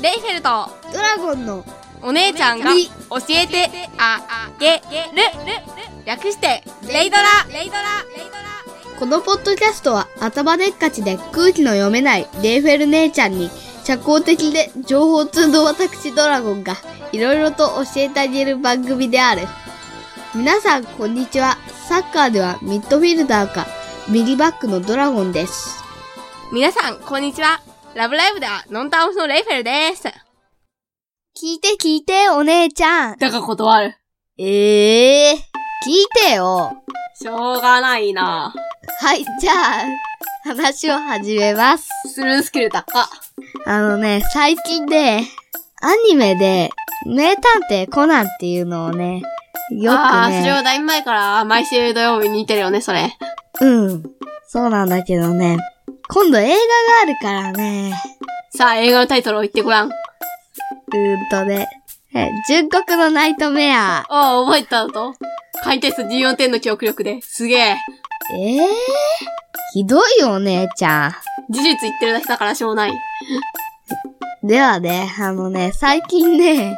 レイフェルトドラゴンのお姉ちゃんが教えてあげる、略してレイドラ。 このポッドキャストは頭でっかちで空気の読めないレイフェル姉ちゃんに社交的で情報通の私ドラゴンがいろいろと教えてあげる番組である。皆さんこんにちは。サッカーではミッドフィルダーか右バックのドラゴンです。 皆さんこんにちは。ラブライブではノンタウンのレイフェルです。 聞いてお姉ちゃん。 だが断る。 聞いてよ。 しょうがないな。 はい、じゃあ話を始めます。 スルースキル高。 最近ね、アニメで名探偵コナンっていうのをね、よくね。 それはだいぶ前から毎週土曜日に見てるよね、それ。 そうなんだけどね、今度映画があるからね。 さあ、映画のタイトルを言ってごらん。 純国のナイトメア。 覚えたと。回転数14点の記憶力で。すげえ。 ひどいよお姉ちゃん。 事実言ってるだけだからしょうがない。 ではね、最近ね、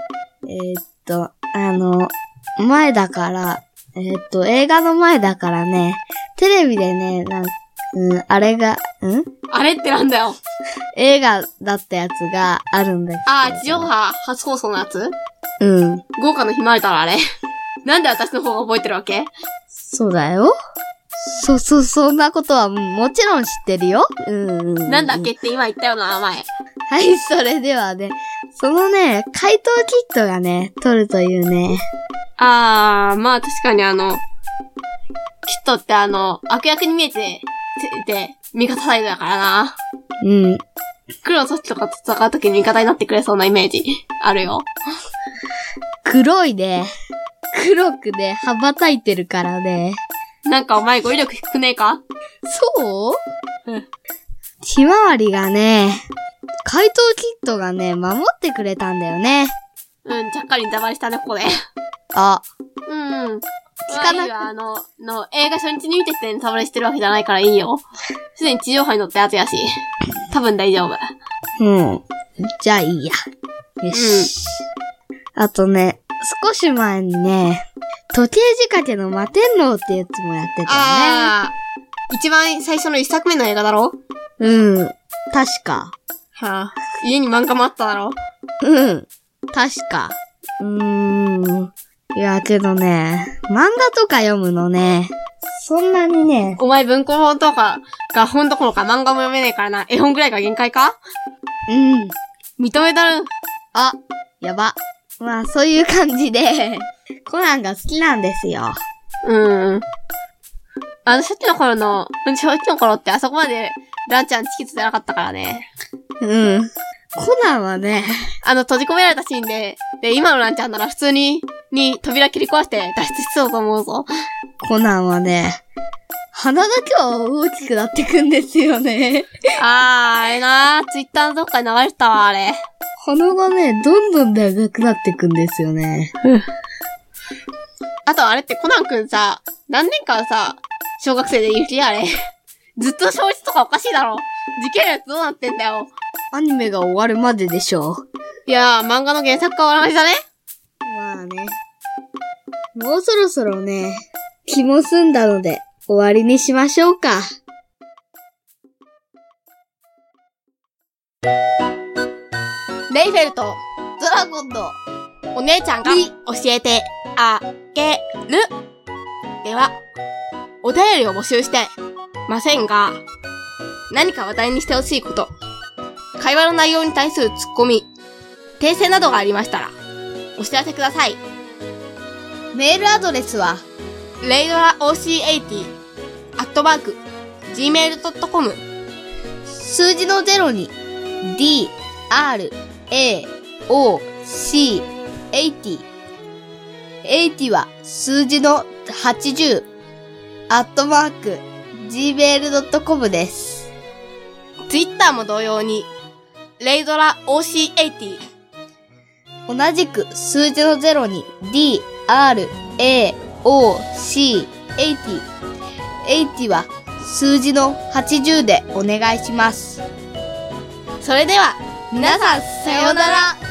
前だから、映画の前だからね、テレビでね、あれってなんだよ。映画だったやつがあるんだけど。 地上波初放送のやつ？ 豪華のひまわりだろ、あれ。なんで私の方が覚えてるわけ？ そうだよ。そんなことはもちろん知ってるよ。 なんだっけって今言ったような名前。 はい、それではね、そのね、怪盗キッドがね、撮るというね。 まあ確かにキッドって悪役に見えて、味方サイドだからな。黒の組織とかと戦うときに味方になってくれそうなイメージあるよ。 黒くね、羽ばたいてるからね。 なんかお前語彙力低くねえか？ そう？ひまわりがね、怪盗キッドがね、守ってくれたんだよね。 ちゃっかりネタバレしたね、ここで。聞かなくて。映画初日に見ててネタバレしてるわけじゃないからいいよ。すでに地上波に乗ったやつやし。多分大丈夫。 じゃあいいや。よし。あとね、少し前にね、時計仕掛けの摩天楼ってやつもやってたよね。 一番最初の一作目の映画だろ？ 確か。 家に漫画もあっただろ？ 確か。いや、けどね、漫画とか読むのね、そんなにね。 お前文庫本とかが本どころか漫画も読めねえからな。絵本ぐらいが限界か？認めたる。 やば。まあ、そういう感じで、コナンが好きなんですよ。 初期の頃ってあそこまでランちゃんチキツじゃなかったからね。 コナンはね、 閉じ込められたシーンで、今のランちゃんなら普通に扉切り壊して脱出しそうと思うぞ。 コナンはね、鼻だけは大きくなってくんですよね。 あれな、ツイッターのどっかに流れてたわ、あれ。 鼻がね、どんどん長くなってくんですよね。 あとあれってコナンくんさ、何年間さ、小学生でいる気あれ。ずっと小1とかおかしいだろ。時系列どうなってんだよ。 アニメが終わるまででしょう。 いや漫画の原作が終わりましたね。 まあね。もうそろそろね、気も済んだので、終わりにしましょうか。 レイフェルト、 ドラゴンのお姉ちゃんが教えてあげる。では、お便りを募集してませんが、何か話題にしてほしいこと、会話の内容に対するツッコミ、訂正などがありましたら、お知らせください。 メールアドレスは、 reidolaoc80@gmail.com 数字の0に DRAOC80 80は数字の80@gmail.com です。 ツイッターも同様にレイドラ OC80 同じく数字の0に DRAOC80 80は数字の80でお願いします。 それでは皆さん、さようなら。